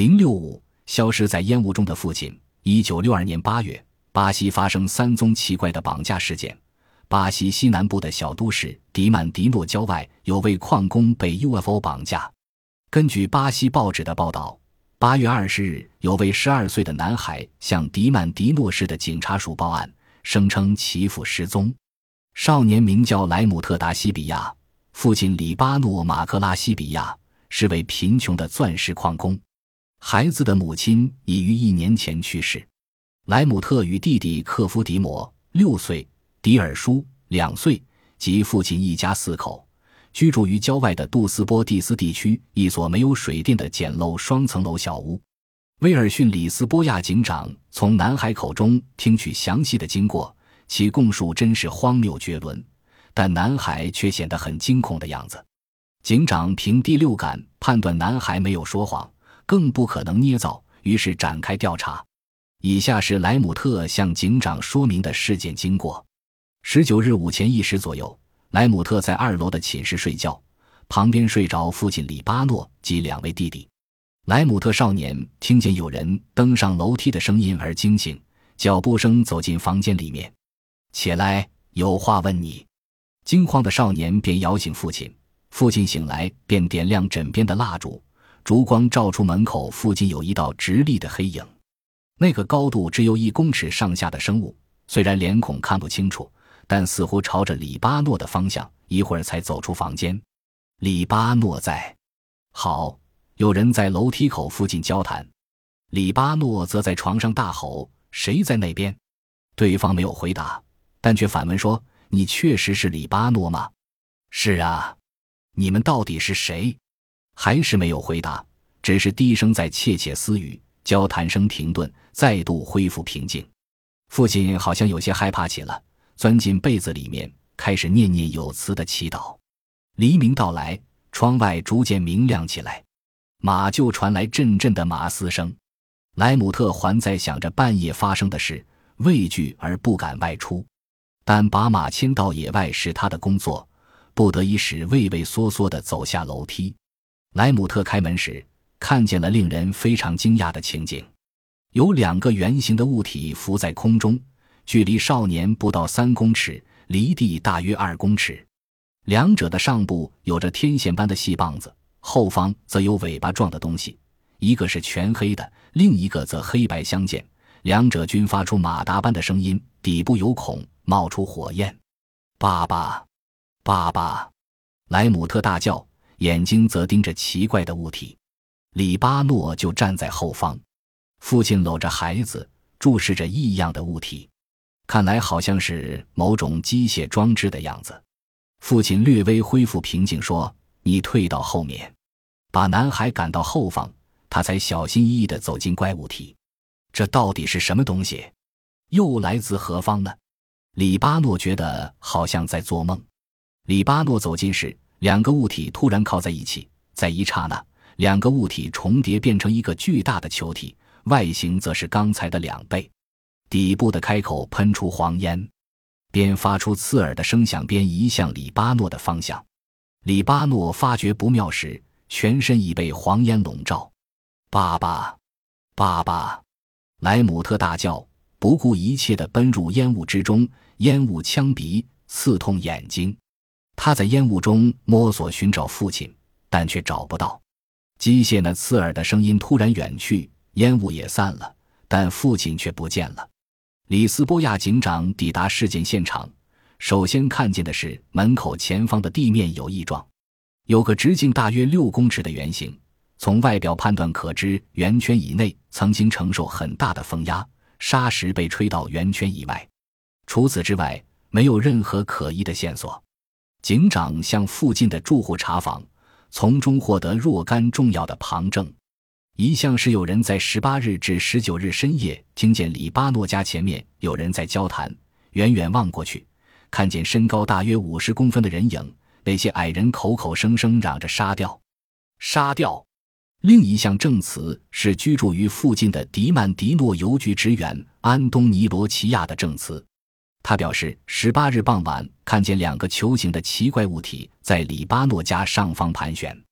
065消失在烟雾中的父亲。1962年8月，巴西发生3宗奇怪的绑架事件。巴西西南部的小都市迪曼迪诺郊外有位矿工被 UFO 绑架。根据巴西报纸的报道，8月20日，有位12岁的男孩向迪曼迪诺市的警察署报案，声称其父失踪。少年名叫莱姆特·达西比亚，父亲里巴诺·马克拉西比亚，是位贫穷的钻石矿工。孩子的母亲已于1年前去世。莱姆特与弟弟克夫迪摩6岁、迪尔舒2岁及父亲一家4口，居住于郊外的杜斯波蒂斯地区一所没有水电的简陋双层楼小屋。威尔逊·里斯波亚警长从男孩口中听取详细的经过，其供述真是荒谬绝伦，但男孩却显得很惊恐的样子。警长凭第六感判断男孩没有说谎，更不可能捏造，于是展开调查。以下是莱姆特向警长说明的事件经过。19日午前1时左右，莱姆特在2楼的寝室睡觉，旁边睡着父亲里巴诺及2位弟弟。莱姆特少年听见有人登上楼梯的声音而惊醒，脚步声走进房间里面。起来，有话问你。惊慌的少年便摇醒父亲，父亲醒来便点亮枕边的蜡烛，烛光照出门口附近有一道直立的黑影。那个高度只有1公尺上下的生物，虽然脸孔看不清楚，但似乎朝着里巴诺的方向，一会儿才走出房间。里巴诺在。好，有人在楼梯口附近交谈。里巴诺则在床上大吼，谁在那边？对方没有回答，但却反问说，你确实是里巴诺吗？是啊。你们到底是谁？还是没有回答，只是低声在窃窃私语，交谈声停顿，再度恢复平静。父亲好像有些害怕起了，钻进被子里面，开始念念有词的祈祷。黎明到来，窗外逐渐明亮起来，马厩传来阵阵的马嘶声。莱姆特还在想着半夜发生的事，畏惧而不敢外出，但把马牵到野外是他的工作，不得已使畏畏缩缩地走下楼梯。莱姆特开门时，看见了令人非常惊讶的情景。有2个圆形的物体浮在空中，距离少年不到3公尺，离地大约2公尺。两者的上部有着天线般的细棒子，后方则有尾巴状的东西，一个是全黑的，另一个则黑白相间，两者均发出马达般的声音，底部有孔，冒出火焰。爸爸，爸爸！莱姆特大叫，眼睛则盯着奇怪的物体。里巴诺就站在后方，父亲搂着孩子，注视着异样的物体，看来好像是某种机械装置的样子。父亲略微恢复平静说，你退到后面。把男孩赶到后方，他才小心翼翼地走进怪物体。这到底是什么东西？又来自何方呢？里巴诺觉得好像在做梦。里巴诺走近时，2个物体突然靠在一起，在一刹那，2个物体重叠变成一个巨大的球体，外形则是刚才的2倍。底部的开口喷出黄烟，边发出刺耳的声响边移向里巴诺的方向。里巴诺发觉不妙时，全身已被黄烟笼罩。爸爸，爸爸！莱姆特大叫，不顾一切地奔入烟雾之中，烟雾呛鼻，刺痛眼睛。他在烟雾中摸索寻找父亲，但却找不到。机械那刺耳的声音突然远去，烟雾也散了，但父亲却不见了。里斯波亚警长抵达事件现场，首先看见的是门口前方的地面有异状，有个直径大约6公尺的圆形，从外表判断可知圆圈以内曾经承受很大的风压，沙石被吹到圆圈以外。除此之外，没有任何可疑的线索。警长向附近的住户查访，从中获得若干重要的旁证。一项是有人在18日至19日深夜听见里巴诺家前面有人在交谈，远远望过去，看见身高大约50公分的人影，那些矮人口口声声嚷着杀掉，杀掉。另一项证词是居住于附近的迪曼迪诺邮局职员安东尼罗齐亚的证词。他表示18日傍晚看见2个球形的奇怪物体在里巴诺家上方盘旋。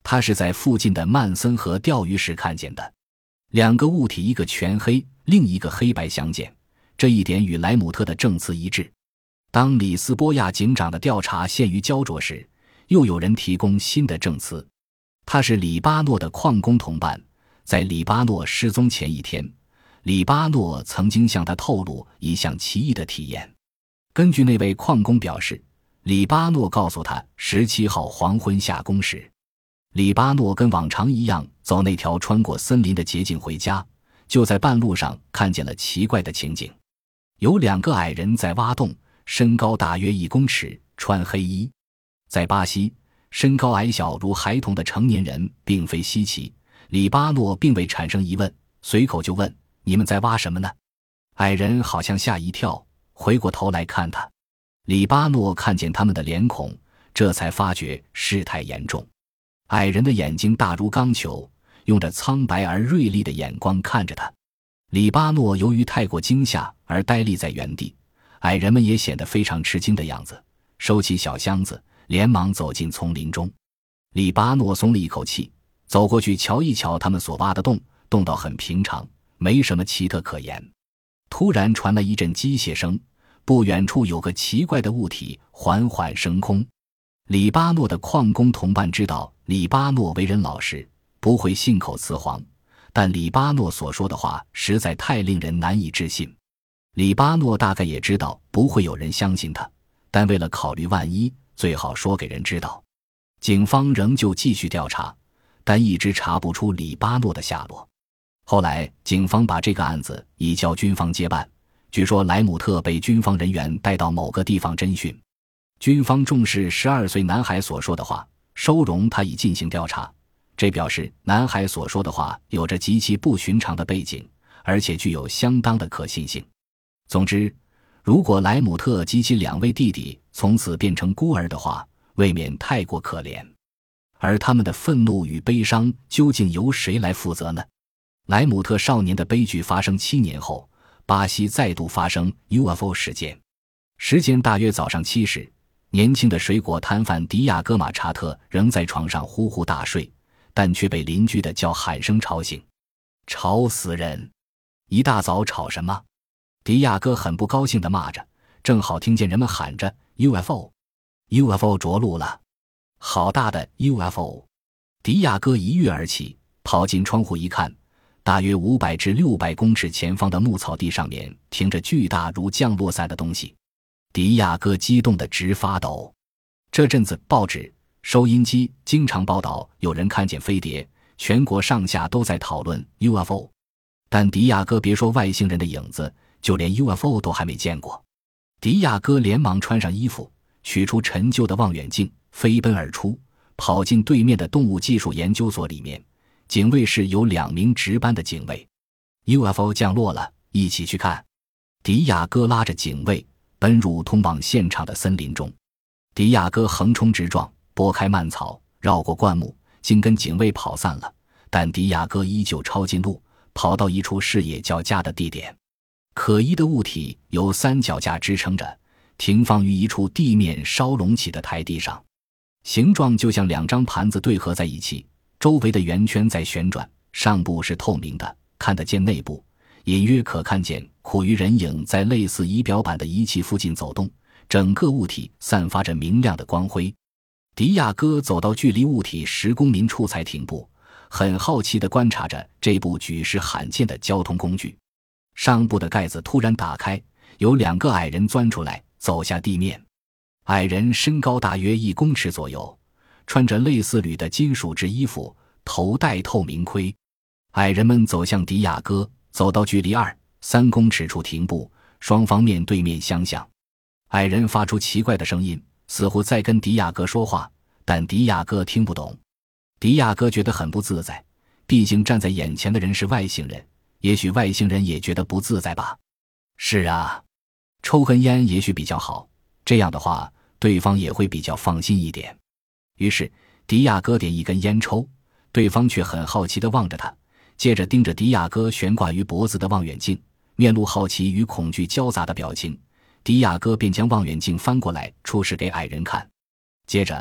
他是在附近的曼森河钓鱼时看见的。两个物体，一个全黑，另一个黑白相间，这一点与莱姆特的证词一致。当里斯波亚警长的调查陷于焦灼时，又有人提供新的证词。他是里巴诺的矿工同伴，在里巴诺失踪前一天，里巴诺曾经向他透露一项奇异的体验。根据那位矿工表示，里巴诺告诉他17号黄昏下工时，里巴诺跟往常一样走那条穿过森林的捷径回家，就在半路上看见了奇怪的情景。有2个矮人在挖洞，身高大约1公尺，穿黑衣。在巴西，身高矮小如孩童的成年人并非稀奇，里巴诺并未产生疑问，随口就问：你们在挖什么呢？矮人好像吓一跳，回过头来看他。里巴诺看见他们的脸孔，这才发觉事态严重。矮人的眼睛大如钢球，用着苍白而锐利的眼光看着他。里巴诺由于太过惊吓而呆立在原地，矮人们也显得非常吃惊的样子，收起小箱子，连忙走进丛林中。里巴诺松了一口气，走过去瞧一瞧他们所挖的洞，洞道很平常，没什么奇特可言。突然传来一阵机械声，不远处有个奇怪的物体缓缓升空。里巴诺的矿工同伴知道里巴诺为人老实，不会信口雌黄，但里巴诺所说的话实在太令人难以置信。里巴诺大概也知道不会有人相信他，但为了考虑万一，最好说给人知道。警方仍旧继续调查，但一直查不出里巴诺的下落。后来警方把这个案子移交军方接办，据说莱姆特被军方人员带到某个地方侦讯。军方重视12岁男孩所说的话，收容他以进行调查，这表示男孩所说的话有着极其不寻常的背景，而且具有相当的可信性。总之，如果莱姆特及其2位弟弟从此变成孤儿的话，未免太过可怜。而他们的愤怒与悲伤究竟由谁来负责呢？莱姆特少年的悲剧发生7年后，巴西再度发生 UFO 事件。时间大约早上7时，年轻的水果摊贩迪亚戈马查特仍在床上呼呼大睡，但却被邻居的叫喊声吵醒。吵死人！一大早吵什么？迪亚哥很不高兴地骂着，正好听见人们喊着 UFO， UFO 着陆了，好大的 UFO！ 迪亚哥一跃而起，跑进窗户一看，大约500至600公尺前方的牧草地上面停着巨大如降落伞的东西。迪亚哥激动得直发抖。这阵子报纸、收音机经常报道有人看见飞碟，全国上下都在讨论 UFO。 但迪亚哥别说外星人的影子，就连 UFO 都还没见过。迪亚哥连忙穿上衣服，取出陈旧的望远镜，飞奔而出，跑进对面的动物技术研究所里面。警卫室有2名值班的警卫。UFO 降落了，一起去看。迪亚哥拉着警卫奔入通往现场的森林中。迪亚哥横冲直撞，拨开蔓草，绕过灌木，竟跟警卫跑散了。但迪亚哥依旧抄近路，跑到一处视野较佳的地点。可疑的物体由3脚架支撑着，停放于一处地面稍隆起的台地上，形状就像2张盘子对合在一起，周围的圆圈在旋转，上部是透明的，看得见内部，隐约可看见苦于人影在类似仪表板的仪器附近走动，整个物体散发着明亮的光辉。迪亚哥走到距离物体10公民处才停步，很好奇地观察着这部举世罕见的交通工具。上部的盖子突然打开，有2个矮人钻出来，走下地面。矮人身高大约1公尺左右，穿着类似铝的金属制衣服，头戴透明盔。矮人们走向迪亚哥，走到距离2、3公尺处停步，双方面对面相向。矮人发出奇怪的声音，似乎在跟迪亚哥说话，但迪亚哥听不懂。迪亚哥觉得很不自在，毕竟站在眼前的人是外星人，也许外星人也觉得不自在吧。是啊，抽根烟也许比较好，这样的话对方也会比较放心一点。于是迪亚哥点一根烟抽，对方却很好奇地望着他，接着盯着迪亚哥悬挂于脖子的望远镜，面露好奇与恐惧交杂的表情。迪亚哥便将望远镜翻过来出示给矮人看。接着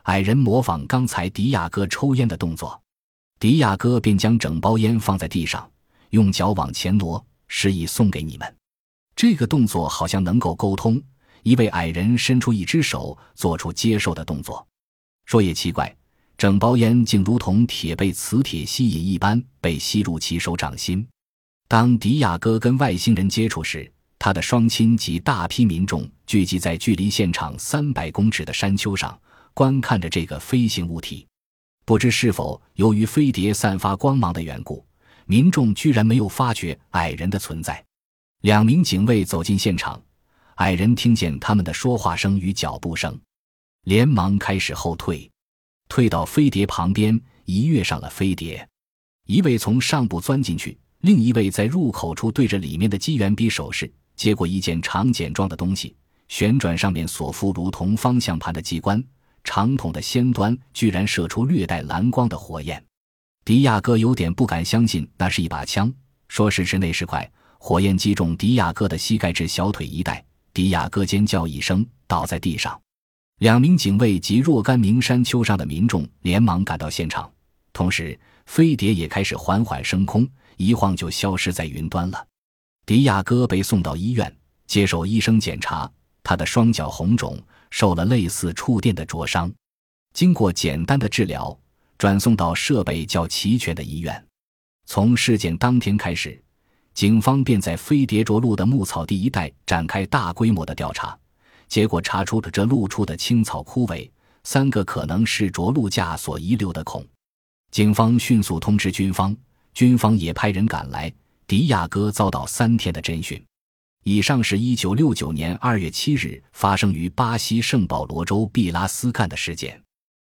矮人模仿刚才迪亚哥抽烟的动作，迪亚哥便将整包烟放在地上，用脚往前挪，示意送给你们。这个动作好像能够沟通，一位矮人伸出一只手，做出接受的动作。说也奇怪，整包烟竟如同铁被磁铁吸引一般被吸入其手掌心。当迪亚哥跟外星人接触时，他的双亲及大批民众聚集在距离现场300公尺的山丘上，观看着这个飞行物体。不知是否由于飞碟散发光芒的缘故，民众居然没有发觉矮人的存在。2名警卫走进现场，矮人听见他们的说话声与脚步声，连忙开始后退，退到飞碟旁边，一跃上了飞碟。一位从上部钻进去，另一位在入口处对着里面的机缘比手势，接过一件长茧状的东西，旋转上面所附如同方向盘的机关，长筒的先端居然射出略带蓝光的火焰。迪亚哥有点不敢相信那是一把枪，说时迟那时快，火焰击中迪亚哥的膝盖至小腿一带，迪亚哥尖叫一声倒在地上。2名警卫及若干名山丘上的民众连忙赶到现场，同时飞碟也开始缓缓升空，一晃就消失在云端了。迪亚哥被送到医院接受医生检查，他的双脚红肿，受了类似触电的灼伤。经过简单的治疗，转送到设备较齐全的医院。从事件当天开始，警方便在飞碟着陆的牧草地一带展开大规模的调查，结果查出了这露出的青草枯萎，3个可能是着陆架所遗留的孔。警方迅速通知军方，军方也派人赶来，迪亚哥遭到3天的侦讯。以上是1969年2月7日发生于巴西圣保罗州毕拉斯干的事件。